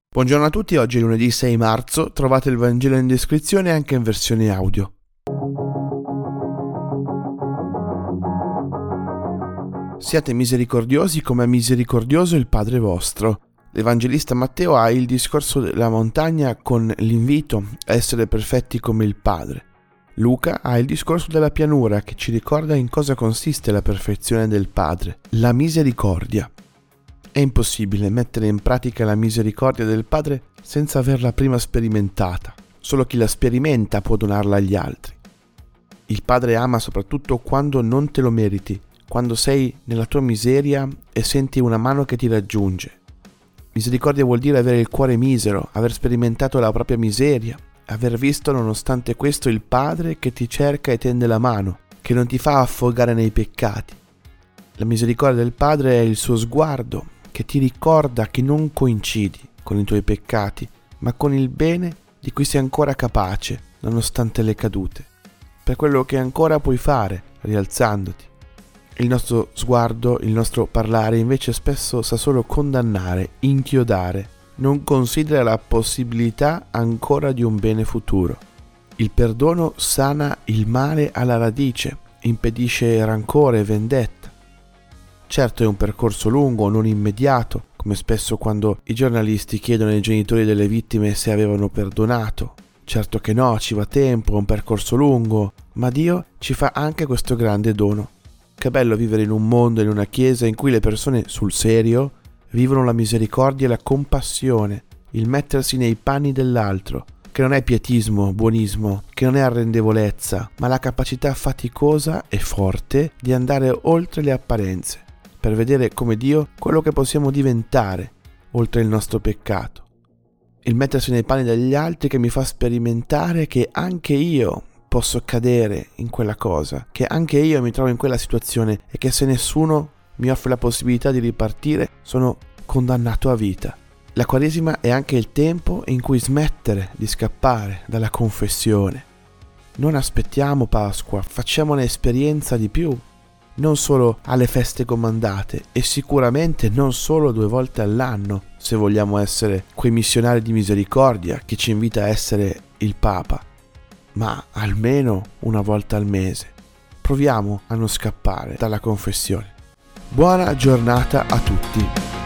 Buongiorno a tutti, oggi è lunedì 6 marzo, trovate il Vangelo in descrizione anche in versione audio. Siate misericordiosi come è misericordioso il Padre vostro. L'Evangelista Matteo ha il discorso della montagna con l'invito a essere perfetti come il Padre. Luca ha il discorso della pianura che ci ricorda in cosa consiste la perfezione del Padre, la misericordia. È impossibile mettere in pratica la misericordia del Padre senza averla prima sperimentata. Solo chi la sperimenta può donarla agli altri. Il Padre ama soprattutto quando non te lo meriti, quando sei nella tua miseria e senti una mano che ti raggiunge. Misericordia vuol dire avere il cuore misero, aver sperimentato la propria miseria, aver visto nonostante questo il Padre che ti cerca e tende la mano, che non ti fa affogare nei peccati. La misericordia del Padre è il suo sguardo, che ti ricorda che non coincidi con i tuoi peccati, ma con il bene di cui sei ancora capace, nonostante le cadute, per quello che ancora puoi fare, rialzandoti. Il nostro sguardo, il nostro parlare invece spesso sa solo condannare, inchiodare, non considera la possibilità ancora di un bene futuro. Il perdono sana il male alla radice, impedisce rancore e vendetta. Certo è un percorso lungo, non immediato, come spesso quando i giornalisti chiedono ai genitori delle vittime se avevano perdonato. Certo che no, ci va tempo, è un percorso lungo, ma Dio ci fa anche questo grande dono. Che bello vivere in un mondo, in una chiesa in cui le persone sul serio vivono la misericordia e la compassione, il mettersi nei panni dell'altro, che non è pietismo, buonismo, che non è arrendevolezza, ma la capacità faticosa e forte di andare oltre le apparenze, per vedere come Dio quello che possiamo diventare oltre il nostro peccato. Il mettersi nei panni degli altri che mi fa sperimentare che anche io posso cadere in quella cosa, che anche io mi trovo in quella situazione e che se nessuno mi offre la possibilità di ripartire sono condannato a vita. La Quaresima è anche il tempo in cui smettere di scappare dalla confessione. Non aspettiamo Pasqua, facciamone esperienza di più. Non solo alle feste comandate e sicuramente non solo 2 volte all'anno, se vogliamo essere quei missionari di misericordia che ci invita a essere il Papa, ma almeno 1 volta al mese. Proviamo a non scappare dalla confessione. Buona giornata a tutti.